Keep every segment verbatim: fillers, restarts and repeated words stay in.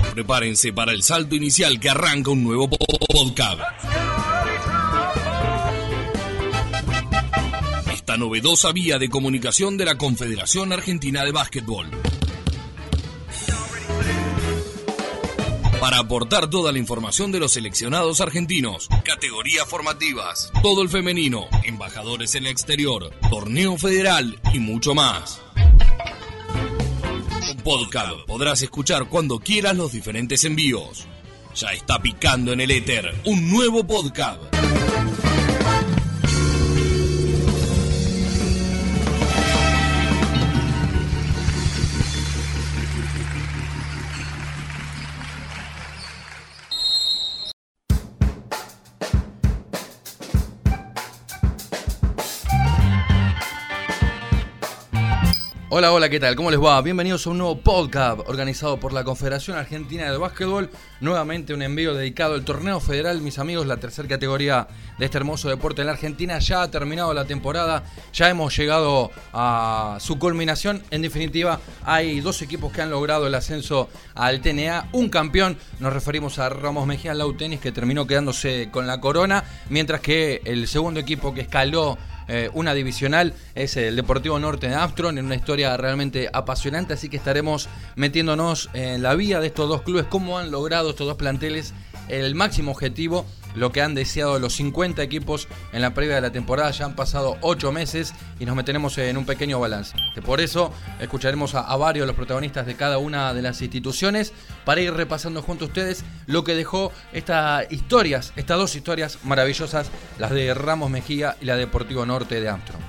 Prepárense para el salto inicial que arranca un nuevo podcast. Esta novedosa vía de comunicación de la Confederación Argentina de Básquetbol. Para aportar toda la información de los seleccionados argentinos, categorías formativas, todo el femenino, embajadores en el exterior, torneo federal y mucho más. Podcast podrás escuchar cuando quieras los diferentes envíos. Ya está picando en el éter un nuevo podcast. Hola, hola, ¿qué tal? ¿Cómo les va? Bienvenidos a un nuevo podcast organizado por la Confederación Argentina de Básquetbol. Nuevamente un envío dedicado al torneo federal, mis amigos, la tercera categoría de este hermoso deporte en la Argentina. Ya ha terminado la temporada, ya hemos llegado a su culminación. En definitiva, hay dos equipos que han logrado el ascenso al T N A. Un campeón, nos referimos a Ramos Mejía Lautenis, que terminó quedándose con la corona, mientras que el segundo equipo que escaló Eh, una divisional es el Deportivo Norte de Armstrong, en una historia realmente apasionante, así que estaremos metiéndonos en la vía de estos dos clubes, cómo han logrado estos dos planteles el máximo objetivo, lo que han deseado los cincuenta equipos en la previa de la temporada. Ya han pasado ocho meses y nos meteremos en un pequeño balance. Por eso escucharemos a, a varios de los protagonistas de cada una de las instituciones para ir repasando junto a ustedes lo que dejó estas historias, estas dos historias maravillosas, las de Ramos Mejía y la de Deportivo Norte de Armstrong.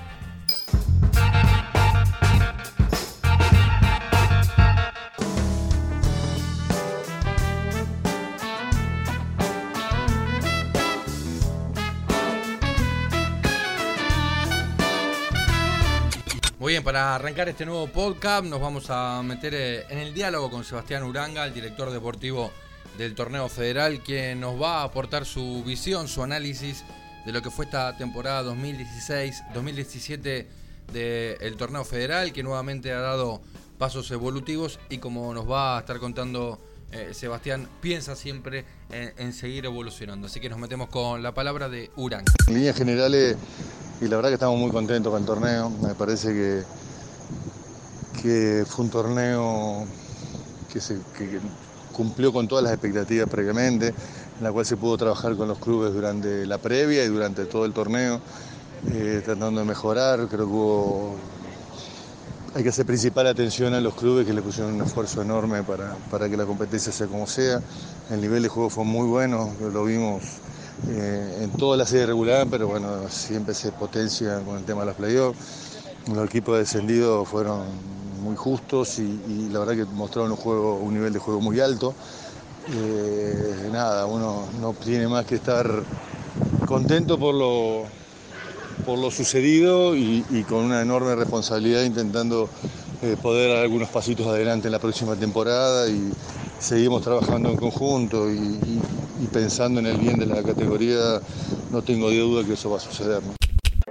Muy bien, para arrancar este nuevo podcast nos vamos a meter en el diálogo con Sebastián Uranga, el director deportivo del torneo federal, quien nos va a aportar su visión, su análisis de lo que fue esta temporada dos mil dieciséis dos mil diecisiete del torneo federal, que nuevamente ha dado pasos evolutivos y, como nos va a estar contando eh, Sebastián, piensa siempre en, en seguir evolucionando. Así que nos metemos con la palabra de Uranga. En líneas generales, y la verdad que estamos muy contentos con el torneo. Me parece que, que fue un torneo que, se, que cumplió con todas las expectativas previamente, en la cual se pudo trabajar con los clubes durante la previa y durante todo el torneo, eh, tratando de mejorar. Creo que hubo, hay que hacer principal atención a los clubes que le pusieron un esfuerzo enorme para, para que la competencia sea como sea. El nivel de juego fue muy bueno, lo vimos Eh, en toda la serie regular, pero bueno, siempre se potencia con el tema de los playoffs. Los equipos descendidos fueron muy justos y, y la verdad que mostraron un juego, un nivel de juego muy alto. Eh, nada, uno no tiene más que estar contento por lo, por lo sucedido y, y con una enorme responsabilidad intentando eh, poder dar algunos pasitos adelante en la próxima temporada, y seguimos trabajando en conjunto y, y, y pensando en el bien de la categoría. No tengo duda que eso va a suceder, ¿no?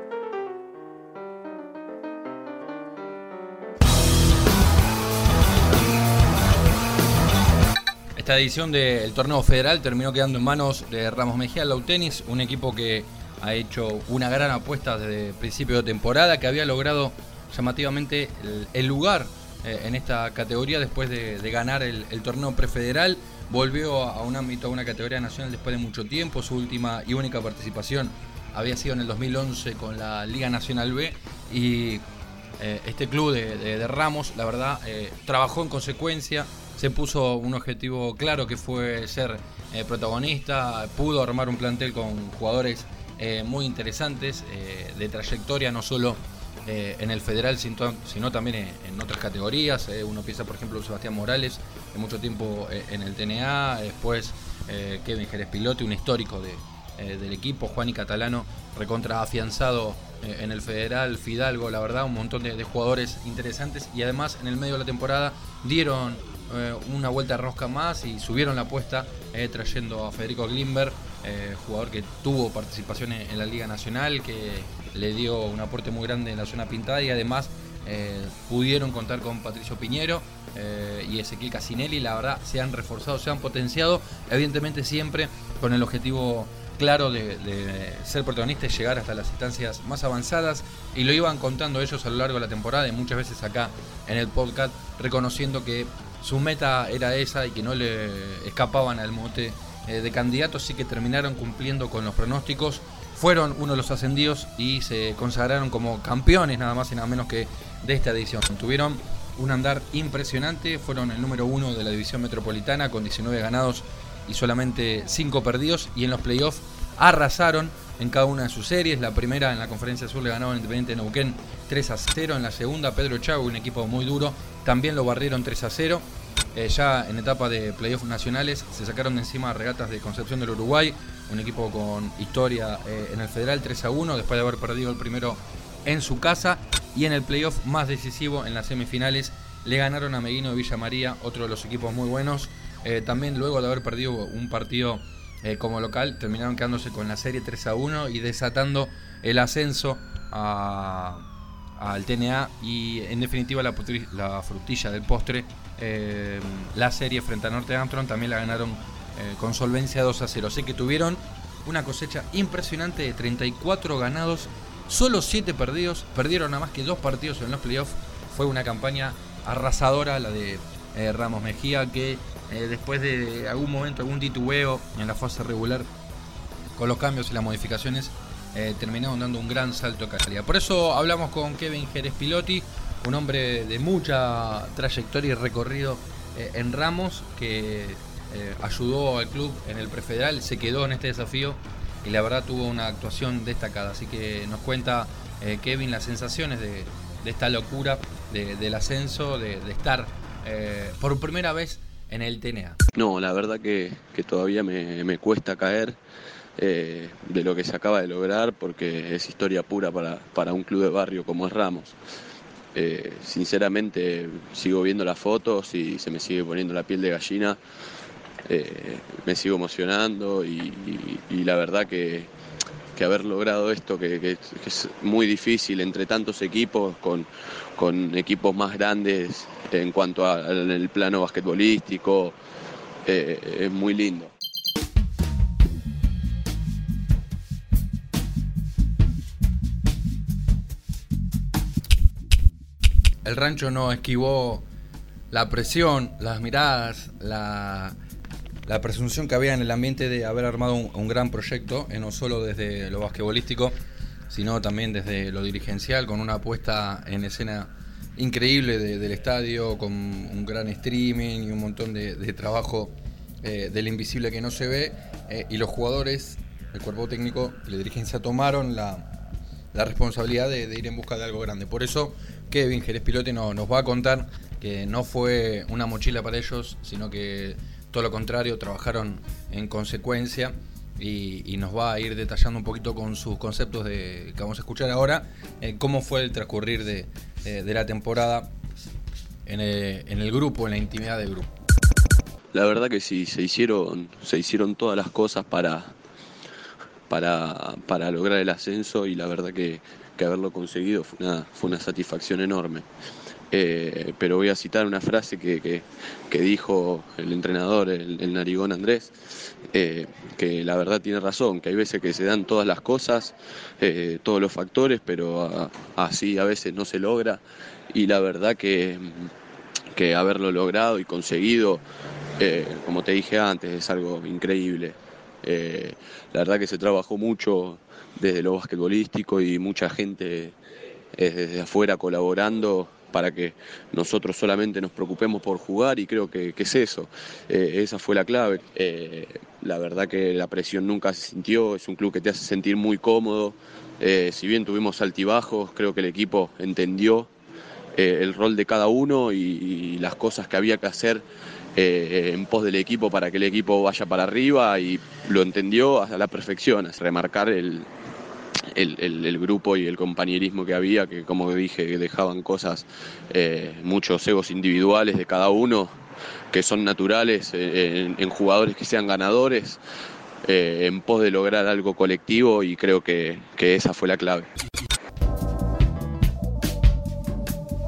Esta edición del torneo federal terminó quedando en manos de Ramos Mejía Lautenis, un equipo que ha hecho una gran apuesta desde principio de temporada, que había logrado llamativamente el, el lugar eh, en esta categoría después de, de ganar el, el torneo prefederal. Volvió a un ámbito, a una categoría nacional después de mucho tiempo. Su última y única participación había sido en el dos mil once con la Liga Nacional B, y eh, este club de, de, de Ramos, la verdad, eh, trabajó en consecuencia, se puso un objetivo claro que fue ser eh, protagonista, pudo armar un plantel con jugadores eh, muy interesantes, eh, de trayectoria, no solo eh, en el federal, sino, sino también en, en otras categorías. Eh, uno piensa, por ejemplo, en Sebastián Morales, de mucho tiempo eh, en el T N A, después eh, Kevin Jerez Pilote, un histórico de, eh, del equipo, Juan y Catalano, recontra afianzado eh, en el federal, Fidalgo, la verdad, un montón de, de jugadores interesantes, y además en el medio de la temporada dieron eh, una vuelta de rosca más y subieron la apuesta eh, trayendo a Federico Glimber, eh, jugador que tuvo participación en, en la Liga Nacional, que le dio un aporte muy grande en la zona pintada, y además eh, pudieron contar con Patricio Piñero eh, y Ezequiel Casinelli. La verdad, se han reforzado, se han potenciado, evidentemente siempre con el objetivo claro de, de ser protagonistas y llegar hasta las instancias más avanzadas, y lo iban contando ellos a lo largo de la temporada y muchas veces acá en el podcast, reconociendo que su meta era esa y que no le escapaban al mote eh, de candidatos, sí que terminaron cumpliendo con los pronósticos, fueron uno de los ascendidos y se consagraron como campeones nada más y nada menos que de esta edición. Tuvieron un andar impresionante, fueron el número uno de la división metropolitana con diecinueve ganados y solamente cinco perdidos, y en los playoffs arrasaron en cada una de sus series. La primera, en la Conferencia Sur, le ganaron Independiente de Neuquén tres a cero. En la segunda, Pedro Chago, un equipo muy duro, también lo barrieron tres a cero. Eh, ya en etapa de playoffs nacionales se sacaron de encima Regatas de Concepción del Uruguay, un equipo con historia eh, en el Federal, tres a uno, después de haber perdido el primero en su casa. Y en el playoff más decisivo, en las semifinales, le ganaron a Meguino de Villa María, otro de los equipos muy buenos. Eh, también luego de haber perdido un partido eh, como local, terminaron quedándose con la serie tres a uno y desatando el ascenso a, al T N A y en definitiva la, la frutilla del postre, eh, la serie frente a Norte Armstrong también la ganaron eh, con solvencia dos a cero. Así que tuvieron una cosecha impresionante de treinta y cuatro ganados, solo siete perdidos, perdieron nada más que dos partidos en los playoffs. Fue una campaña arrasadora la de eh, Ramos Mejía, que Eh, después de algún momento, algún titubeo en la fase regular, con los cambios y las modificaciones, eh, terminaron dando un gran salto de calidad. Por eso hablamos con Kevin Jerez Pilotti, un hombre de mucha trayectoria y recorrido eh, en Ramos, que eh, ayudó al club en el prefederal, se quedó en este desafío y la verdad tuvo una actuación destacada. Así que nos cuenta eh, Kevin las sensaciones de, de esta locura de, del ascenso, de, de estar eh, por primera vez en el T N A. No, la verdad que, que todavía me, me cuesta caer eh, de lo que se acaba de lograr, porque es historia pura para, para un club de barrio como es Ramos. Eh, sinceramente sigo viendo las fotos y se me sigue poniendo la piel de gallina, eh, me sigo emocionando y, y, y la verdad que, que haber logrado esto, que, que, que es muy difícil entre tantos equipos, con, con equipos más grandes en cuanto al plano basquetbolístico, eh, es muy lindo. El rancho no esquivó la presión, las miradas, la, la presunción que había en el ambiente de haber armado un, un gran proyecto, eh, no solo desde lo basquetbolístico, sino también desde lo dirigencial, con una puesta en escena increíble de, del estadio, con un gran streaming y un montón de, de trabajo eh, del invisible que no se ve, eh, y los jugadores, el cuerpo técnico y la dirigencia tomaron la, la responsabilidad de, de ir en busca de algo grande. Por eso Kevin Jerez Pilotti no, nos va a contar que no fue una mochila para ellos, sino que todo lo contrario, trabajaron en consecuencia. Y, y nos va a ir detallando un poquito con sus conceptos de, que vamos a escuchar ahora, eh, cómo fue el transcurrir de, de, de la temporada en el, en el grupo, en la intimidad del grupo. La verdad que sí, se hicieron, se hicieron todas las cosas para, para, para lograr el ascenso, y la verdad que, que haberlo conseguido fue una, fue una satisfacción enorme. Eh, pero voy a citar una frase que, que, que dijo el entrenador, el, el narigón Andrés, eh, que la verdad tiene razón, que hay veces que se dan todas las cosas, eh, todos los factores, pero a, así a veces no se logra, y la verdad que, que haberlo logrado y conseguido, eh, como te dije antes, es algo increíble. Eh, la verdad que se trabajó mucho desde lo basquetbolístico y mucha gente eh, desde afuera colaborando para que nosotros solamente nos preocupemos por jugar, y creo que, que es eso, eh, esa fue la clave. Eh, la verdad que la presión nunca se sintió, es un club que te hace sentir muy cómodo, eh, si bien tuvimos altibajos, creo que el equipo entendió eh, el rol de cada uno y, y las cosas que había que hacer eh, en pos del equipo para que el equipo vaya para arriba, y lo entendió a la perfección, es remarcar el El, el, el grupo y el compañerismo que había, que como dije dejaban cosas, eh, muchos egos individuales de cada uno que son naturales eh, en, en jugadores que sean ganadores, eh, en pos de lograr algo colectivo, y creo que, que esa fue la clave.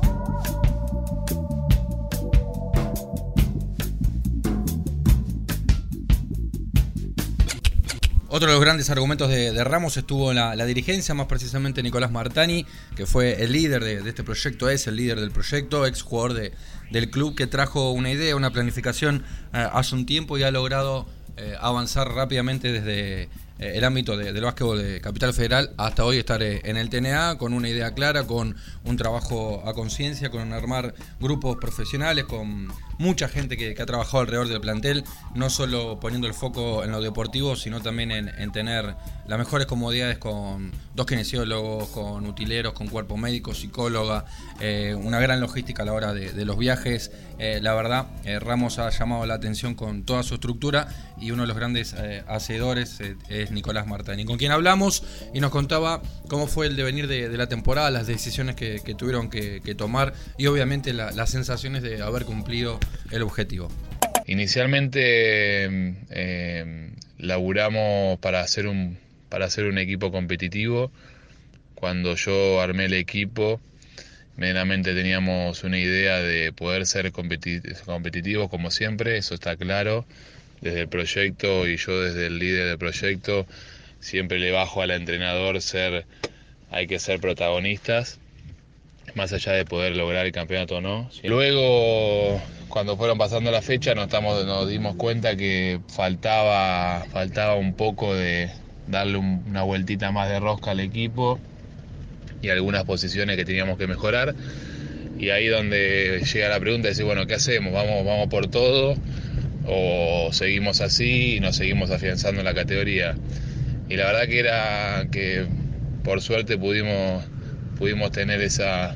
Otro de los grandes argumentos de, de Ramos estuvo la, la dirigencia, más precisamente Nicolás Martani, que fue el líder de, de este proyecto, es el líder del proyecto, ex jugador de, del club, que trajo una idea, una planificación eh, hace un tiempo y ha logrado eh, avanzar rápidamente desde eh, el ámbito de, del básquetbol de Capital Federal hasta hoy estar eh, en el T N A con una idea clara, con un trabajo a conciencia, con armar grupos profesionales, con mucha gente que, que ha trabajado alrededor del plantel, no solo poniendo el foco en lo deportivo, sino también en, en tener las mejores comodidades con dos kinesiólogos, con utileros, con cuerpo médico, psicóloga, eh, una gran logística a la hora de, de los viajes. Eh, la verdad, eh, Ramos ha llamado la atención con toda su estructura y uno de los grandes eh, hacedores eh, es Nicolás Martani, con quien hablamos y nos contaba cómo fue el devenir de, de la temporada, las decisiones que, que tuvieron que, que tomar y obviamente la, las sensaciones de haber cumplido el objetivo. Inicialmente eh, laburamos para hacer un para hacer un equipo competitivo. Cuando yo armé el equipo, medianamente teníamos una idea de poder ser competitivos como siempre, eso está claro. Desde el proyecto y yo desde el líder del proyecto siempre le bajo al entrenador ser, hay que ser protagonistas, más allá de poder lograr el campeonato o no. Luego, cuando fueron pasando la fecha, nos, estamos, nos dimos cuenta que faltaba, faltaba un poco de darle un, una vueltita más de rosca al equipo y algunas posiciones que teníamos que mejorar. Y ahí donde llega la pregunta de decir, bueno, ¿qué hacemos? ¿Vamos, vamos por todo o seguimos así y nos seguimos afianzando en la categoría? Y la verdad que era que por suerte pudimos, pudimos tener esa,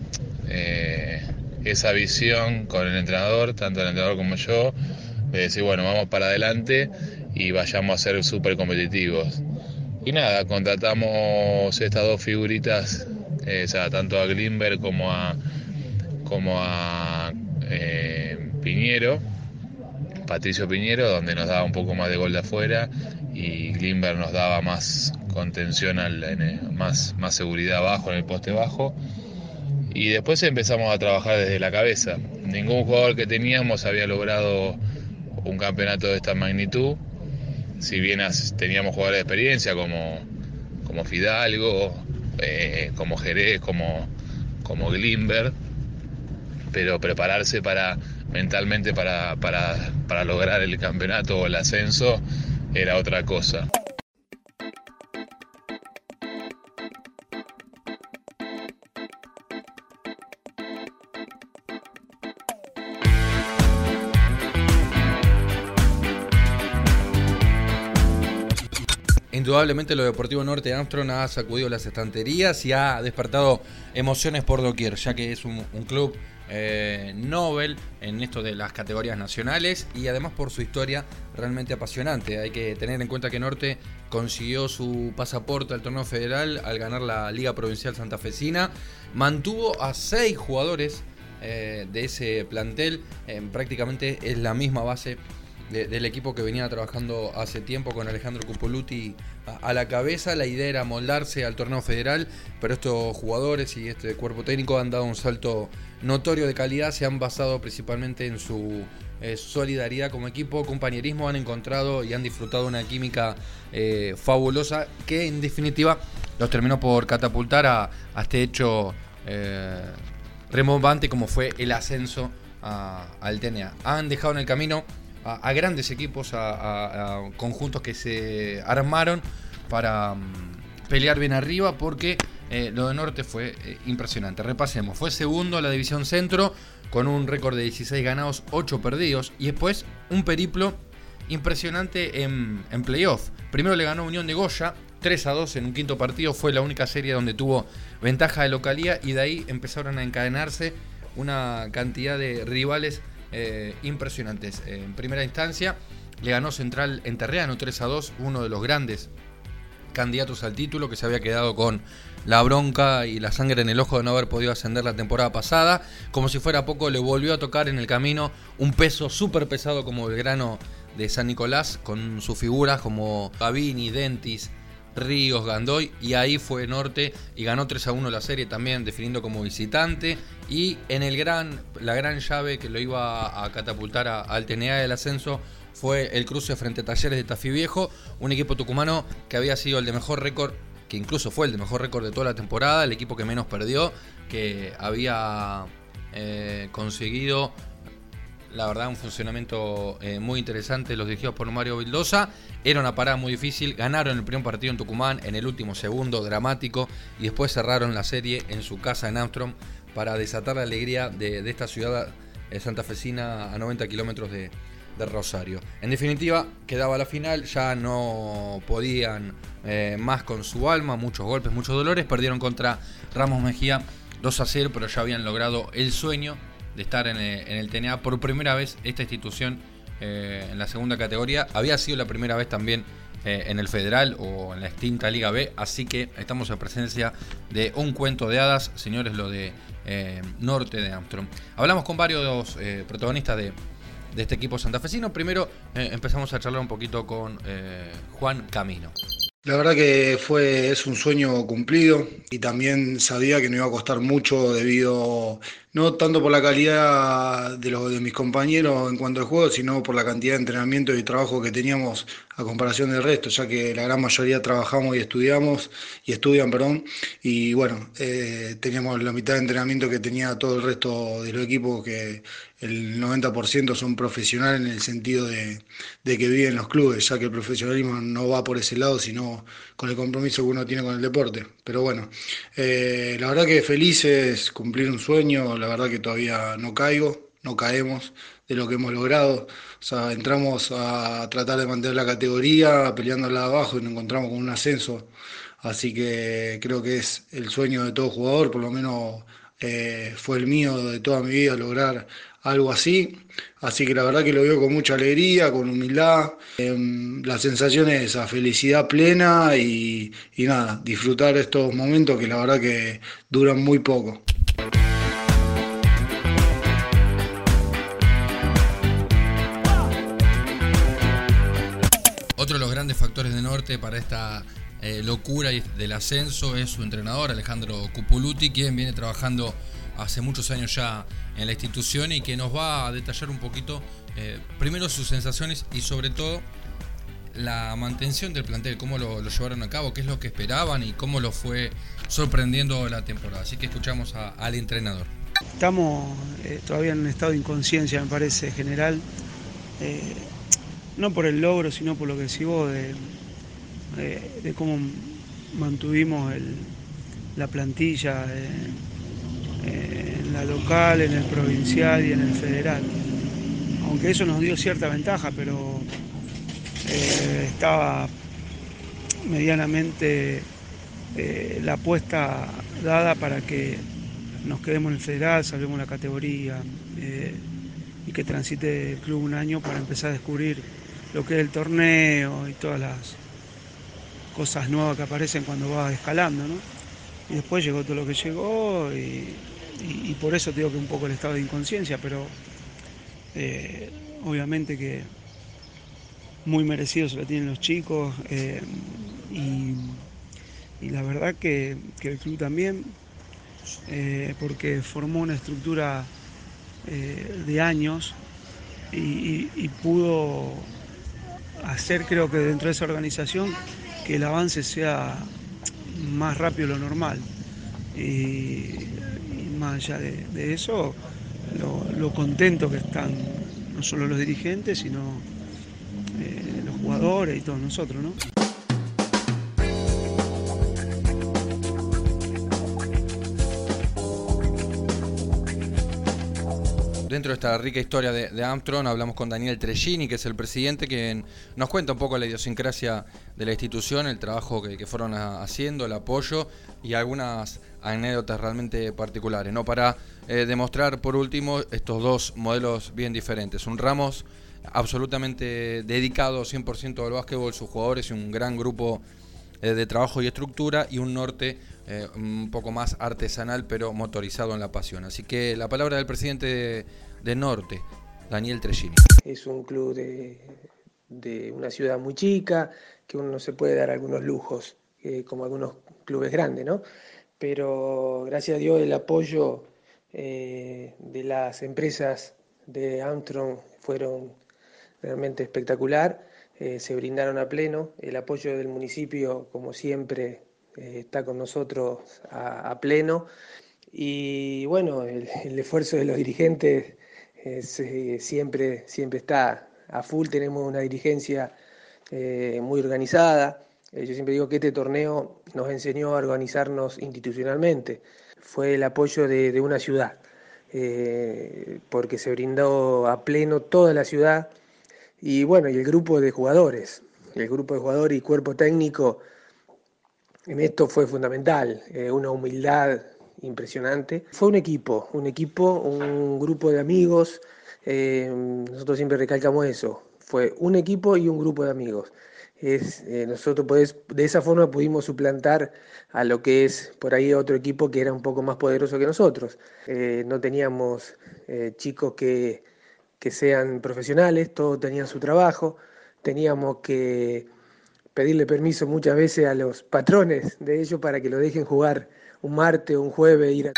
eh, esa visión con el entrenador, tanto el entrenador como yo, de decir, bueno, vamos para adelante y vayamos a ser súper competitivos. Y nada, contratamos estas dos figuritas, eh, o sea, tanto a Glimber como a, como a eh, Piñero, Patricio Piñero, donde nos daba un poco más de gol de afuera y Glimber nos daba más contención, al, en el, más, más seguridad abajo, en el poste bajo. Y después empezamos a trabajar desde la cabeza. Ningún jugador que teníamos había logrado un campeonato de esta magnitud. Si bien teníamos jugadores de experiencia como, como Fidalgo, eh, como Jerez, como, como Glimber, pero prepararse para mentalmente para, para, para lograr el campeonato o el ascenso era otra cosa. Indudablemente lo Deportivo Norte de Armstrong ha sacudido las estanterías y ha despertado emociones por doquier, ya que es un, un club eh, Nobel en esto de las categorías nacionales y además por su historia realmente apasionante. Hay que tener en cuenta que Norte consiguió su pasaporte al torneo federal al ganar la Liga Provincial Santafesina, mantuvo a seis jugadores eh, de ese plantel, eh, prácticamente es la misma base De, del equipo que venía trabajando hace tiempo con Alejandro Cupoluti a, a la cabeza. La idea era moldarse al torneo federal, pero estos jugadores y este cuerpo técnico han dado un salto notorio de calidad, se han basado principalmente en su eh, solidaridad como equipo, compañerismo, han encontrado y han disfrutado una química eh, fabulosa que en definitiva los terminó por catapultar a, a este hecho eh, remontante como fue el ascenso a, al T N A. Han dejado en el camino A, a grandes equipos, a, a, a conjuntos que se armaron para um, pelear bien arriba, porque eh, lo de Norte fue eh, impresionante. Repasemos, fue segundo en la división centro con un récord de dieciséis ganados, ocho perdidos, y después un periplo impresionante en, en playoff. Primero le ganó Unión de Goya tres a dos en un quinto partido, fue la única serie donde tuvo ventaja de localía y de ahí empezaron a encadenarse una cantidad de rivales Eh, impresionantes. En primera instancia le ganó Central Enterreano tres a dos, uno de los grandes candidatos al título, que se había quedado con la bronca y la sangre en el ojo de no haber podido ascender la temporada pasada. Como si fuera poco, le volvió a tocar en el camino un peso súper pesado como Belgrano de San Nicolás, con sus figuras como Gavini, Dentis, Ríos, Gandoy, y ahí fue Norte y ganó tres a uno la serie también, definiendo como visitante. Y en el gran, la gran llave que lo iba a catapultar a, al T N A del ascenso fue el cruce frente a Talleres de Tafí Viejo, un equipo tucumano que había sido el de mejor récord, que incluso fue el de mejor récord de toda la temporada, el equipo que menos perdió, que había eh, conseguido, la verdad, un funcionamiento eh, muy interesante, los dirigidos por Mario Vildosa. Era una parada muy difícil, ganaron el primer partido en Tucumán en el último segundo, dramático, y después cerraron la serie en su casa en Armstrong para desatar la alegría de, de esta ciudad eh, santafesina a noventa kilómetros de, de Rosario. En definitiva, quedaba la final, ya no podían eh, más con su alma, muchos golpes, muchos dolores, perdieron contra Ramos Mejía dos a cero, pero ya habían logrado el sueño de estar en el, en el T N A por primera vez. Esta institución eh, en la segunda categoría había sido la primera vez también eh, en el Federal o en la extinta Liga B, así que estamos en presencia de un cuento de hadas, señores, lo de eh, Norte de Armstrong. Hablamos con varios eh, protagonistas de, de este equipo santafesino. Primero eh, empezamos a charlar un poquito con eh, Juan Camino. La verdad que fue, es un sueño cumplido y también sabía que no iba a costar mucho debido, no tanto por la calidad de, los, de mis compañeros en cuanto al juego, sino por la cantidad de entrenamiento y trabajo que teníamos a comparación del resto, ya que la gran mayoría trabajamos y estudiamos, y estudian, perdón, y bueno, eh, teníamos la mitad de entrenamiento que tenía todo el resto de los equipos, que el noventa por ciento son profesionales en el sentido de, de que viven los clubes, ya que el profesionalismo no va por ese lado, sino con el compromiso que uno tiene con el deporte. Pero bueno, eh, la verdad que felices, cumplir un sueño, la verdad que todavía no caigo, no caemos de lo que hemos logrado. O sea, entramos a tratar de mantener la categoría, peleándola abajo y nos encontramos con un ascenso. Así que creo que es el sueño de todo jugador, por lo menos eh, fue el mío de toda mi vida lograr algo así. Así que la verdad que lo veo con mucha alegría, con humildad. Eh, la sensación es esa, felicidad plena y, y nada, disfrutar estos momentos que la verdad que duran muy poco. Otro de los grandes factores de Norte para esta eh, locura del ascenso es su entrenador, Alejandro Cupuluti, quien viene trabajando hace muchos años ya en la institución y que nos va a detallar un poquito eh, primero sus sensaciones y sobre todo la mantención del plantel, cómo lo, lo llevaron a cabo, qué es lo que esperaban y cómo lo fue sorprendiendo la temporada. Así que escuchamos a, al entrenador. Estamos eh, todavía en un estado de inconsciencia, me parece, general, eh, no por el logro, sino por lo que decís vos, de, de, de cómo mantuvimos el, la plantilla de, eh, en la local, en el provincial y en el federal. Aunque eso nos dio cierta ventaja, pero eh, estaba medianamente eh, la apuesta dada para que nos quedemos en el federal, salvemos la categoría eh, y que transite el club un año para empezar a descubrir lo que es el torneo y todas las cosas nuevas que aparecen cuando vas escalando, ¿no? Y después llegó todo lo que llegó y, y, y por eso te digo que un poco el estado de inconsciencia, pero eh, obviamente que muy merecido se lo tienen los chicos eh, y, y la verdad que, que el club también, eh, porque formó una estructura eh, de años y, y, y pudo hacer, creo que dentro de esa organización, que el avance sea más rápido de lo normal. Y, y más allá de, de eso, lo, lo contento que están no solo los dirigentes, sino eh, los jugadores y todos nosotros, ¿no? Dentro de esta rica historia de, de Armstrong hablamos con Daniel Trellini, que es el presidente, que nos cuenta un poco la idiosincrasia de la institución, el trabajo que, que fueron a, haciendo, el apoyo y algunas anécdotas realmente particulares, ¿no? Para eh, demostrar por último estos dos modelos bien diferentes. Un Ramos absolutamente dedicado cien por ciento al básquetbol, sus jugadores y un gran grupo eh, de trabajo y estructura, y un Norte Eh, un poco más artesanal pero motorizado en la pasión. Así que la palabra del presidente de, de Norte, Daniel Trellini. Es un club de, de una ciudad muy chica, que uno no se puede dar algunos lujos eh, como algunos clubes grandes, ¿no? Pero gracias a Dios el apoyo eh, de las empresas de Armstrong fueron realmente espectacular, eh, se brindaron a pleno, el apoyo del municipio, como siempre, eh, está con nosotros a, a pleno, y bueno, el, el esfuerzo de los dirigentes eh, se, siempre, siempre está a full, tenemos una dirigencia eh, muy organizada. Eh, yo siempre digo que este torneo nos enseñó a organizarnos institucionalmente, fue el apoyo de, de una ciudad, eh, porque se brindó a pleno toda la ciudad. Y bueno, y el grupo de jugadores, el grupo de jugadores y cuerpo técnico en esto fue fundamental, eh, una humildad impresionante. Fue un equipo, un equipo, un grupo de amigos, eh, nosotros siempre recalcamos eso, fue un equipo y un grupo de amigos. Es, eh, nosotros pues, de esa forma pudimos suplantar a lo que es por ahí otro equipo que era un poco más poderoso que nosotros. Eh, no teníamos eh, chicos que... que sean profesionales, todos tenían su trabajo, teníamos que pedirle permiso muchas veces a los patrones de ellos para que lo dejen jugar un martes o un jueves, ir a...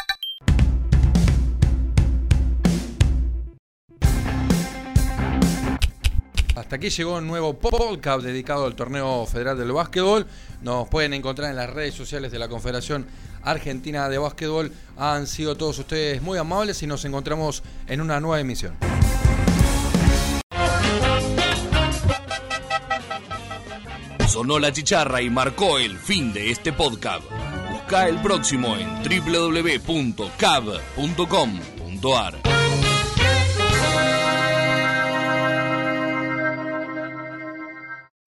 Hasta aquí llegó un nuevo podcast dedicado al Torneo Federal del Básquetbol. Nos pueden encontrar en las redes sociales de la Confederación Argentina de Básquetbol. Han sido todos ustedes muy amables y nos encontramos en una nueva emisión. Sonó la chicharra y marcó el fin de este podcast. Busca el próximo en doble u doble u doble u punto cab punto com punto ar.